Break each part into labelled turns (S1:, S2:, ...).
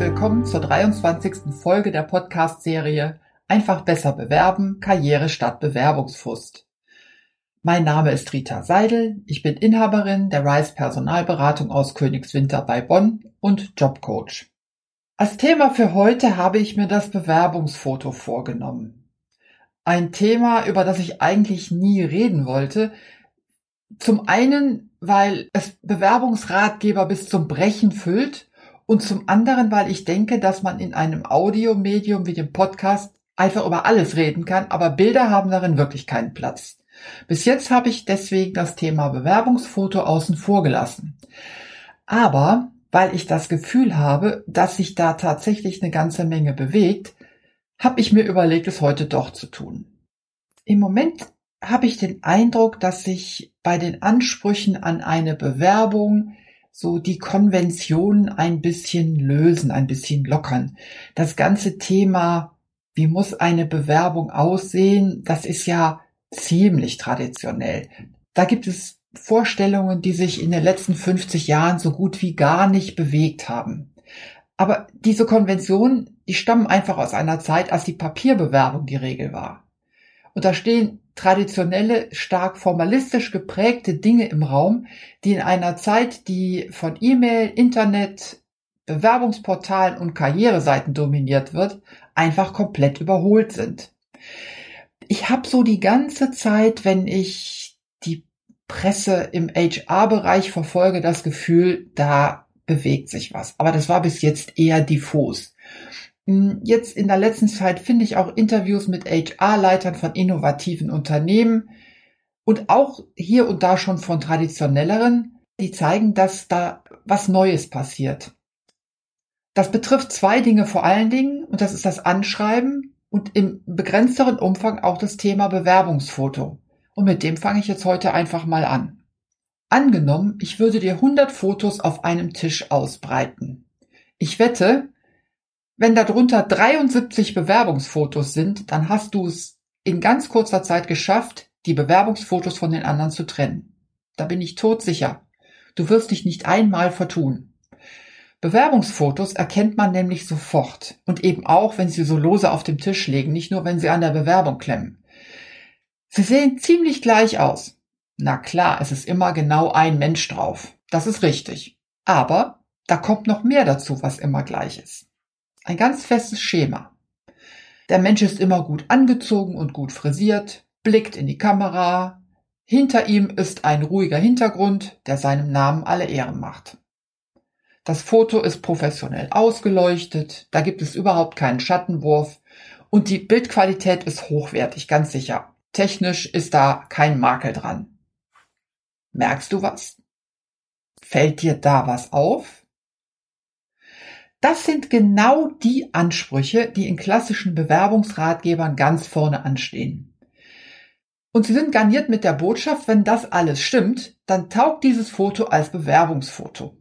S1: willkommen zur 23. Folge der Podcast-Serie Einfach besser bewerben, Karriere statt Bewerbungsfrust. Mein Name ist Rita Seidel, ich bin Inhaberin der Rise Personalberatung aus Königswinter bei Bonn und Jobcoach. Als Thema für heute habe ich mir das Bewerbungsfoto vorgenommen. Ein Thema, über das ich eigentlich nie reden wollte. Zum einen, weil es Bewerbungsratgeber bis zum Brechen füllt und zum anderen, weil ich denke, dass man in einem Audiomedium wie dem Podcast einfach über alles reden kann, aber Bilder haben darin wirklich keinen Platz. Bis jetzt habe ich deswegen das Thema Bewerbungsfoto außen vor gelassen. Aber weil ich das Gefühl habe, dass sich da tatsächlich eine ganze Menge bewegt, habe ich mir überlegt, es heute doch zu tun. Im Moment habe ich den Eindruck, dass sich bei den Ansprüchen an eine Bewerbung so die Konventionen ein bisschen lösen, ein bisschen lockern. Das ganze Thema, wie muss eine Bewerbung aussehen, das ist ja ziemlich traditionell. Da gibt es Vorstellungen, die sich in den letzten 50 Jahren so gut wie gar nicht bewegt haben. Aber diese Konventionen, die stammen einfach aus einer Zeit, als die Papierbewerbung die Regel war. Und da stehen traditionelle, stark formalistisch geprägte Dinge im Raum, die in einer Zeit, die von E-Mail, Internet, Bewerbungsportalen und Karriereseiten dominiert wird, einfach komplett überholt sind. Ich habe so die ganze Zeit, wenn ich die Presse im HR-Bereich verfolge, das Gefühl, da bewegt sich was. Aber das war bis jetzt eher diffus. Jetzt in der letzten Zeit finde ich auch Interviews mit HR-Leitern von innovativen Unternehmen und auch hier und da schon von traditionelleren, die zeigen, dass da was Neues passiert. Das betrifft zwei Dinge vor allen Dingen, und das ist das Anschreiben und im begrenzteren Umfang auch das Thema Bewerbungsfoto. Und mit dem fange ich jetzt heute einfach mal an. Angenommen, ich würde dir 100 Fotos auf einem Tisch ausbreiten. Ich wette, wenn darunter 73 Bewerbungsfotos sind, dann hast du es in ganz kurzer Zeit geschafft, die Bewerbungsfotos von den anderen zu trennen. Da bin ich todsicher. Du wirst dich nicht einmal vertun. Bewerbungsfotos erkennt man nämlich sofort und eben auch, wenn sie so lose auf dem Tisch liegen, nicht nur, wenn sie an der Bewerbung klemmen. Sie sehen ziemlich gleich aus. Na klar, es ist immer genau ein Mensch drauf. Das ist richtig. Aber da kommt noch mehr dazu, was immer gleich ist. Ein ganz festes Schema. Der Mensch ist immer gut angezogen und gut frisiert, blickt in die Kamera. Hinter ihm ist ein ruhiger Hintergrund, der seinem Namen alle Ehren macht. Das Foto ist professionell ausgeleuchtet, da gibt es überhaupt keinen Schattenwurf und die Bildqualität ist hochwertig, ganz sicher. Technisch ist da kein Makel dran. Merkst du was? Fällt dir da was auf? Das sind genau die Ansprüche, die in klassischen Bewerbungsratgebern ganz vorne anstehen. Und sie sind garniert mit der Botschaft, wenn das alles stimmt, dann taugt dieses Foto als Bewerbungsfoto.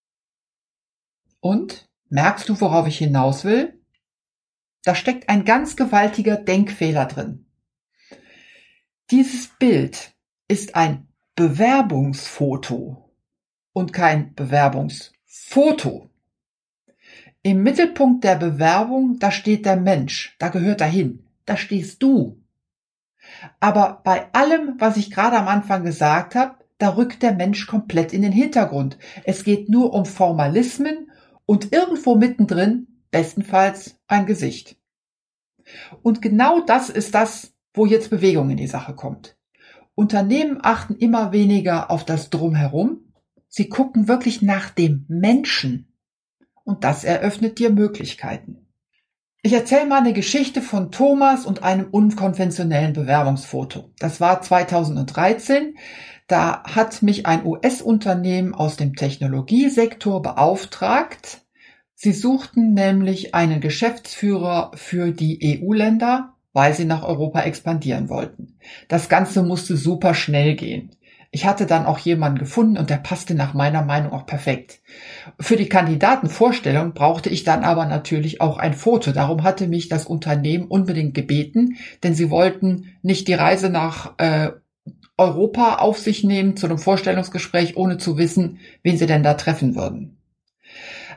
S1: Und, merkst du, worauf ich hinaus will? Da steckt ein ganz gewaltiger Denkfehler drin. Dieses Bild ist ein Bewerbungsfoto und kein Bewerbungsfoto. Im Mittelpunkt der Bewerbung, da steht der Mensch, da gehört er hin, da stehst du. Aber bei allem, was ich gerade am Anfang gesagt habe, da rückt der Mensch komplett in den Hintergrund. Es geht nur um Formalismen und irgendwo mittendrin, bestenfalls, ein Gesicht. Und genau das ist das, wo jetzt Bewegung in die Sache kommt. Unternehmen achten immer weniger auf das Drumherum, sie gucken wirklich nach dem Menschen. Und das eröffnet dir Möglichkeiten. Ich erzähle mal eine Geschichte von Thomas und einem unkonventionellen Bewerbungsfoto. Das war 2013. Da hat mich ein US-Unternehmen aus dem Technologiesektor beauftragt. Sie suchten nämlich einen Geschäftsführer für die EU-Länder, weil sie nach Europa expandieren wollten. Das Ganze musste super schnell gehen. Ich hatte dann auch jemanden gefunden und der passte nach meiner Meinung auch perfekt. Für die Kandidatenvorstellung brauchte ich dann aber natürlich auch ein Foto. Darum hatte mich das Unternehmen unbedingt gebeten, denn sie wollten nicht die Reise nach Europa auf sich nehmen zu einem Vorstellungsgespräch, ohne zu wissen, wen sie denn da treffen würden.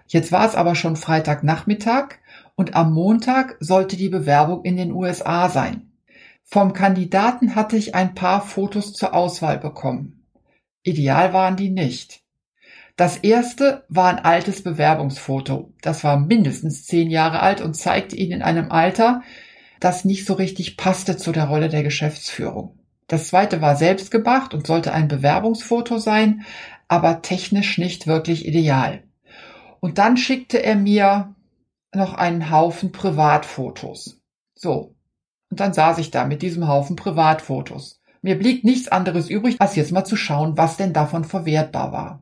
S1: Jetzt war es aber schon Freitagnachmittag und am Montag sollte die Bewerbung in den USA sein. Vom Kandidaten hatte ich ein paar Fotos zur Auswahl bekommen. Ideal waren die nicht. Das erste war ein altes Bewerbungsfoto. Das war mindestens 10 Jahre alt und zeigte ihn in einem Alter, das nicht so richtig passte zu der Rolle der Geschäftsführung. Das zweite war selbst gemacht und sollte ein Bewerbungsfoto sein, aber technisch nicht wirklich ideal. Und dann schickte er mir noch einen Haufen Privatfotos. So, und dann saß ich da mit diesem Haufen Privatfotos. Mir blieb nichts anderes übrig, als jetzt mal zu schauen, was denn davon verwertbar war.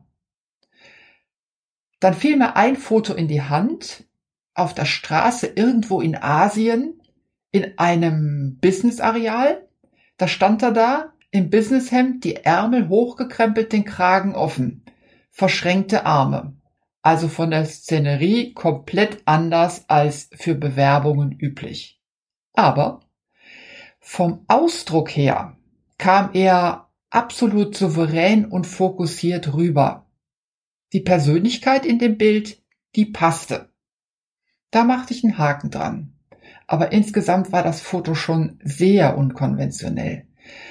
S1: Dann fiel mir ein Foto in die Hand, auf der Straße irgendwo in Asien, in einem Businessareal. Da stand er da, im Businesshemd, die Ärmel hochgekrempelt, den Kragen offen, verschränkte Arme. Also von der Szenerie komplett anders als für Bewerbungen üblich. Aber vom Ausdruck her kam er absolut souverän und fokussiert rüber. Die Persönlichkeit in dem Bild, die passte. Da machte ich einen Haken dran. Aber insgesamt war das Foto schon sehr unkonventionell.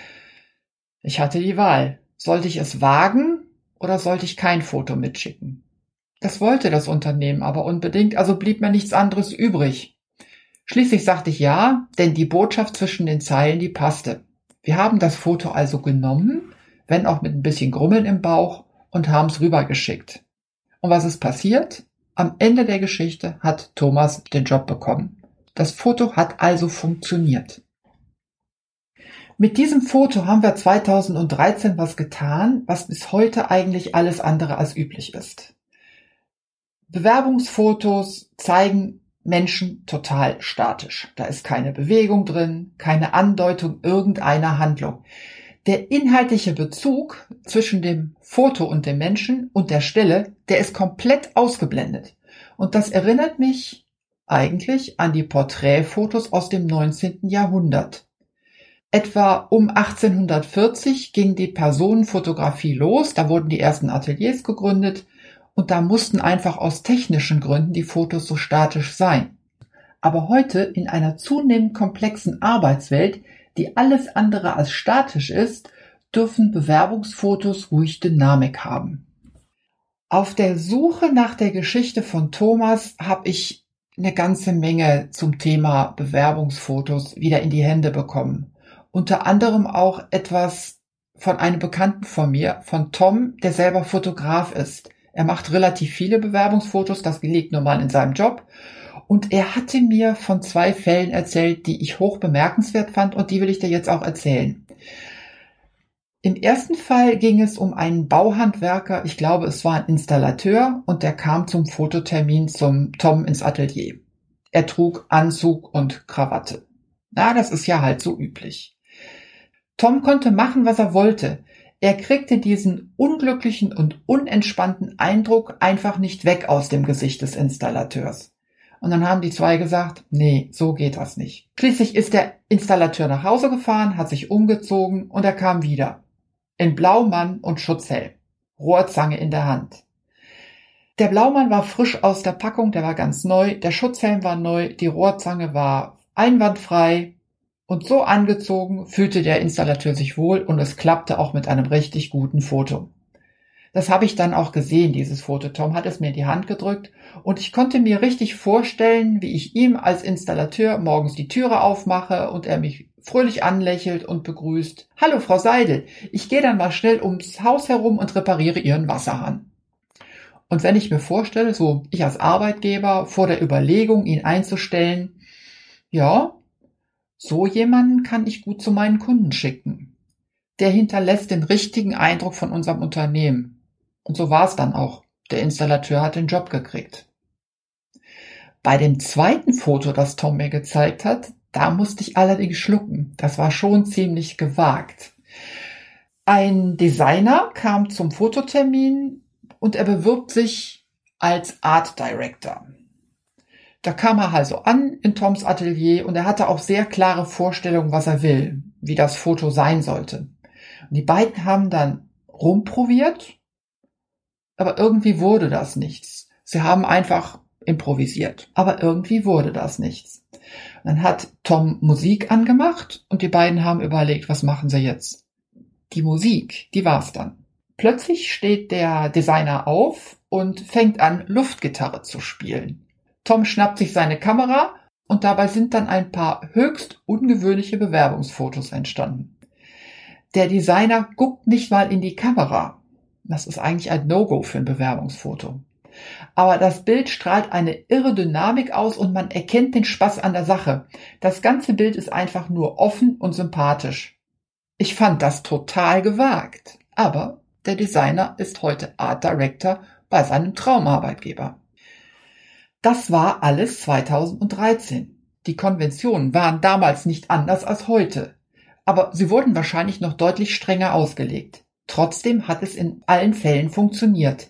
S1: Ich hatte die Wahl. Sollte ich es wagen oder sollte ich kein Foto mitschicken? Das wollte das Unternehmen aber unbedingt, also blieb mir nichts anderes übrig. Schließlich sagte ich ja, denn die Botschaft zwischen den Zeilen, die passte. Wir haben das Foto also genommen, wenn auch mit ein bisschen Grummeln im Bauch, und haben es rübergeschickt. Und was ist passiert? Am Ende der Geschichte hat Thomas den Job bekommen. Das Foto hat also funktioniert. Mit diesem Foto haben wir 2013 was getan, was bis heute eigentlich alles andere als üblich ist. Bewerbungsfotos zeigen Menschen total statisch. Da ist keine Bewegung drin, keine Andeutung irgendeiner Handlung. Der inhaltliche Bezug zwischen dem Foto und dem Menschen und der Stelle, der ist komplett ausgeblendet. Und das erinnert mich eigentlich an die Porträtfotos aus dem 19. Jahrhundert. Etwa um 1840 ging die Personenfotografie los, da wurden die ersten Ateliers gegründet und da mussten einfach aus technischen Gründen die Fotos so statisch sein. Aber heute in einer zunehmend komplexen Arbeitswelt, die alles andere als statisch ist, dürfen Bewerbungsfotos ruhig Dynamik haben. Auf der Suche nach der Geschichte von Thomas habe ich eine ganze Menge zum Thema Bewerbungsfotos wieder in die Hände bekommen. Unter anderem auch etwas von einem Bekannten von mir, von Tom, der selber Fotograf ist. Er macht relativ viele Bewerbungsfotos, das liegt normal in seinem Job. Und er hatte mir von 2 Fällen erzählt, die ich hoch bemerkenswert fand und die will ich dir jetzt auch erzählen. Im ersten Fall ging es um einen Bauhandwerker, ich glaube es war ein Installateur und der kam zum Fototermin zum Tom ins Atelier. Er trug Anzug und Krawatte. Na, das ist ja halt so üblich. Tom konnte machen, was er wollte. Er kriegte diesen unglücklichen und unentspannten Eindruck einfach nicht weg aus dem Gesicht des Installateurs. Und dann haben die 2 gesagt, nee, so geht das nicht. Schließlich ist der Installateur nach Hause gefahren, hat sich umgezogen und er kam wieder. In Blaumann und Schutzhelm, Rohrzange in der Hand. Der Blaumann war frisch aus der Packung, der war ganz neu, der Schutzhelm war neu, die Rohrzange war einwandfrei und so angezogen fühlte der Installateur sich wohl und es klappte auch mit einem richtig guten Foto. Das habe ich dann auch gesehen, dieses Foto. Tom hat es mir in die Hand gedrückt und ich konnte mir richtig vorstellen, wie ich ihm als Installateur morgens die Türe aufmache und er mich fröhlich anlächelt und begrüßt. Hallo Frau Seidel, ich gehe dann mal schnell ums Haus herum und repariere Ihren Wasserhahn. Und wenn ich mir vorstelle, so ich als Arbeitgeber vor der Überlegung, ihn einzustellen, ja, so jemanden kann ich gut zu meinen Kunden schicken. Der hinterlässt den richtigen Eindruck von unserem Unternehmen. Und so war es dann auch. Der Installateur hat den Job gekriegt. Bei dem zweiten Foto, das Tom mir gezeigt hat, da musste ich allerdings schlucken. Das war schon ziemlich gewagt. Ein Designer kam zum Fototermin und er bewirbt sich als Art Director. Da kam er also an in Toms Atelier und er hatte auch sehr klare Vorstellungen, was er will, wie das Foto sein sollte. Und die beiden haben dann rumprobiert, aber irgendwie wurde das nichts. Sie haben einfach improvisiert. Aber irgendwie wurde das nichts. Dann hat Tom Musik angemacht und die beiden haben überlegt, was machen sie jetzt? Die Musik, die war's dann. Plötzlich steht der Designer auf und fängt an, Luftgitarre zu spielen. Tom schnappt sich seine Kamera und dabei sind dann ein paar höchst ungewöhnliche Bewerbungsfotos entstanden. Der Designer guckt nicht mal in die Kamera. Das ist eigentlich ein No-Go für ein Bewerbungsfoto. Aber das Bild strahlt eine irre Dynamik aus und man erkennt den Spaß an der Sache. Das ganze Bild ist einfach nur offen und sympathisch. Ich fand das total gewagt. Aber der Designer ist heute Art Director bei seinem Traumarbeitgeber. Das war alles 2013. Die Konventionen waren damals nicht anders als heute. Aber sie wurden wahrscheinlich noch deutlich strenger ausgelegt. Trotzdem hat es in allen Fällen funktioniert.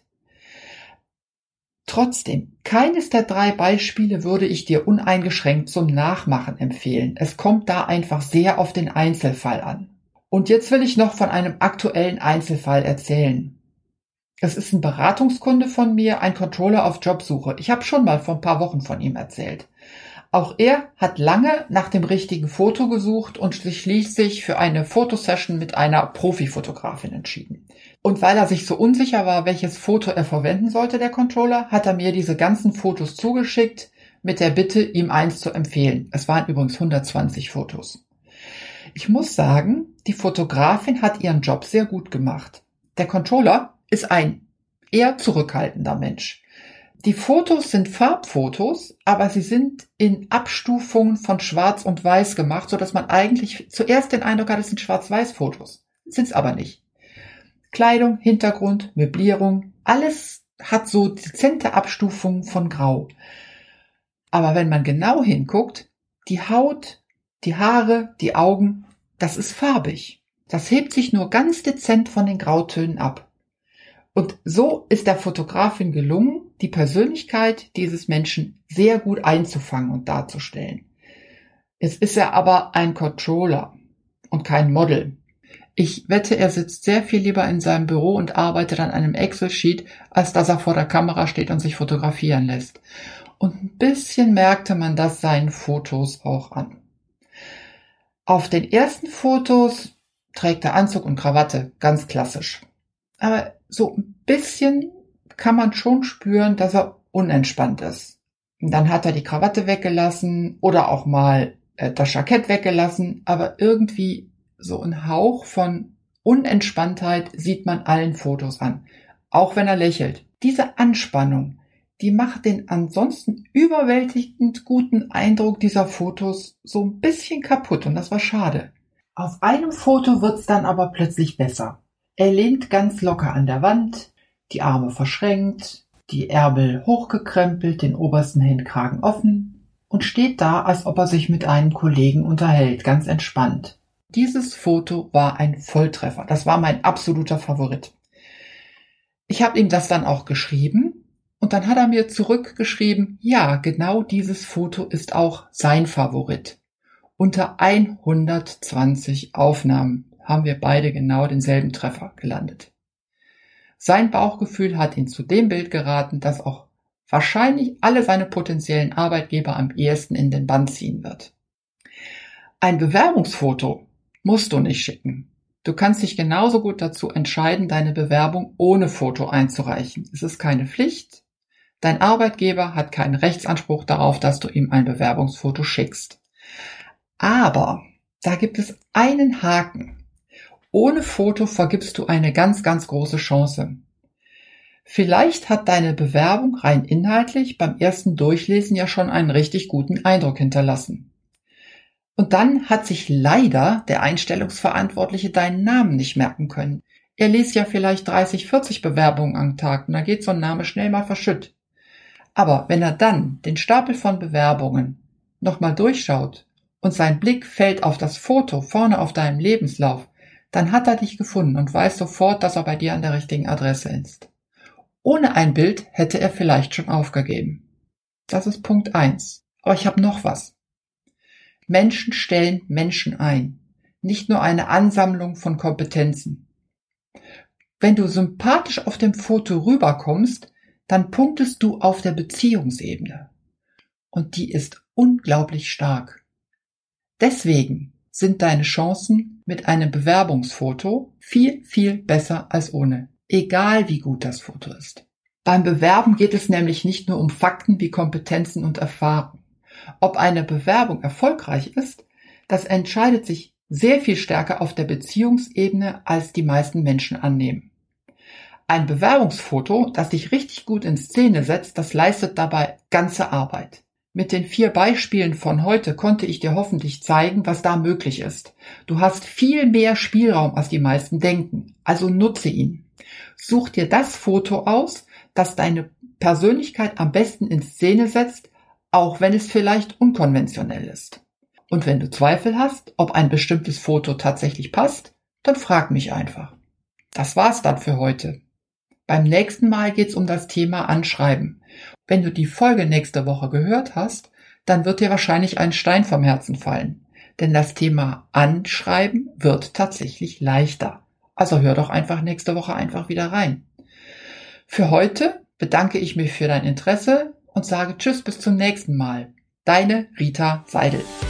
S1: Trotzdem, keines der 3 Beispiele würde ich dir uneingeschränkt zum Nachmachen empfehlen. Es kommt da einfach sehr auf den Einzelfall an. Und jetzt will ich noch von einem aktuellen Einzelfall erzählen. Es ist ein Beratungskunde von mir, ein Controller auf Jobsuche. Ich habe schon mal vor ein paar Wochen von ihm erzählt. Auch er hat lange nach dem richtigen Foto gesucht und sich schließlich für eine Fotosession mit einer Profifotografin entschieden. Und weil er sich so unsicher war, welches Foto er verwenden sollte, der Controller, hat er mir diese ganzen Fotos zugeschickt mit der Bitte, ihm eins zu empfehlen. Es waren übrigens 120 Fotos. Ich muss sagen, die Fotografin hat ihren Job sehr gut gemacht. Der Controller ist ein eher zurückhaltender Mensch. Die Fotos sind Farbfotos, aber sie sind in Abstufungen von Schwarz und Weiß gemacht, sodass man eigentlich zuerst den Eindruck hat, es sind Schwarz-Weiß-Fotos. Sind es aber nicht. Kleidung, Hintergrund, Möblierung, alles hat so dezente Abstufungen von Grau. Aber wenn man genau hinguckt, die Haut, die Haare, die Augen, das ist farbig. Das hebt sich nur ganz dezent von den Grautönen ab. Und so ist der Fotografin gelungen, die Persönlichkeit dieses Menschen sehr gut einzufangen und darzustellen. Jetzt ist er aber ein Controller und kein Model. Ich wette, er sitzt sehr viel lieber in seinem Büro und arbeitet an einem Excel-Sheet, als dass er vor der Kamera steht und sich fotografieren lässt. Und ein bisschen merkte man das seinen Fotos auch an. Auf den ersten Fotos trägt er Anzug und Krawatte, ganz klassisch. Aber so ein bisschen kann man schon spüren, dass er unentspannt ist. Und dann hat er die Krawatte weggelassen oder auch mal das Jackett weggelassen, aber irgendwie so ein Hauch von Unentspanntheit sieht man allen Fotos an, auch wenn er lächelt. Diese Anspannung, die macht den ansonsten überwältigend guten Eindruck dieser Fotos so ein bisschen kaputt und das war schade. Auf einem Foto wird's dann aber plötzlich besser. Er lehnt ganz locker an der Wand, die Arme verschränkt, die Ärmel hochgekrempelt, den obersten Hemdkragen offen und steht da, als ob er sich mit einem Kollegen unterhält, ganz entspannt. Dieses Foto war ein Volltreffer. Das war mein absoluter Favorit. Ich habe ihm das dann auch geschrieben und dann hat er mir zurückgeschrieben, ja, genau dieses Foto ist auch sein Favorit. Unter 120 Aufnahmen haben wir beide genau denselben Treffer gelandet. Sein Bauchgefühl hat ihn zu dem Bild geraten, das auch wahrscheinlich alle seine potenziellen Arbeitgeber am ehesten in den Bann ziehen wird. Ein Bewerbungsfoto musst du nicht schicken. Du kannst dich genauso gut dazu entscheiden, deine Bewerbung ohne Foto einzureichen. Es ist keine Pflicht. Dein Arbeitgeber hat keinen Rechtsanspruch darauf, dass du ihm ein Bewerbungsfoto schickst. Aber da gibt es einen Haken. Ohne Foto vergibst du eine ganz, ganz große Chance. Vielleicht hat deine Bewerbung rein inhaltlich beim ersten Durchlesen ja schon einen richtig guten Eindruck hinterlassen. Und dann hat sich leider der Einstellungsverantwortliche deinen Namen nicht merken können. Er liest ja vielleicht 30, 40 Bewerbungen am Tag und da geht so ein Name schnell mal verschütt. Aber wenn er dann den Stapel von Bewerbungen nochmal durchschaut und sein Blick fällt auf das Foto vorne auf deinem Lebenslauf, dann hat er dich gefunden und weiß sofort, dass er bei dir an der richtigen Adresse ist. Ohne ein Bild hätte er vielleicht schon aufgegeben. Das ist Punkt 1. Aber ich habe noch was. Menschen stellen Menschen ein, nicht nur eine Ansammlung von Kompetenzen. Wenn du sympathisch auf dem Foto rüberkommst, dann punktest du auf der Beziehungsebene. Und die ist unglaublich stark. Deswegen sind deine Chancen mit einem Bewerbungsfoto viel, viel besser als ohne, egal wie gut das Foto ist. Beim Bewerben geht es nämlich nicht nur um Fakten wie Kompetenzen und Erfahrung. Ob eine Bewerbung erfolgreich ist, das entscheidet sich sehr viel stärker auf der Beziehungsebene, als die meisten Menschen annehmen. Ein Bewerbungsfoto, das dich richtig gut in Szene setzt, das leistet dabei ganze Arbeit. Mit den 4 Beispielen von heute konnte ich dir hoffentlich zeigen, was da möglich ist. Du hast viel mehr Spielraum, als die meisten denken, also nutze ihn. Such dir das Foto aus, das deine Persönlichkeit am besten in Szene setzt, auch wenn es vielleicht unkonventionell ist. Und wenn du Zweifel hast, ob ein bestimmtes Foto tatsächlich passt, dann frag mich einfach. Das war's dann für heute. Beim nächsten Mal geht's um das Thema Anschreiben. Wenn du die Folge nächste Woche gehört hast, dann wird dir wahrscheinlich ein Stein vom Herzen fallen. Denn das Thema Anschreiben wird tatsächlich leichter. Also hör doch einfach nächste Woche einfach wieder rein. Für heute bedanke ich mich für dein Interesse und sage Tschüss bis zum nächsten Mal. Deine Rita Seidel.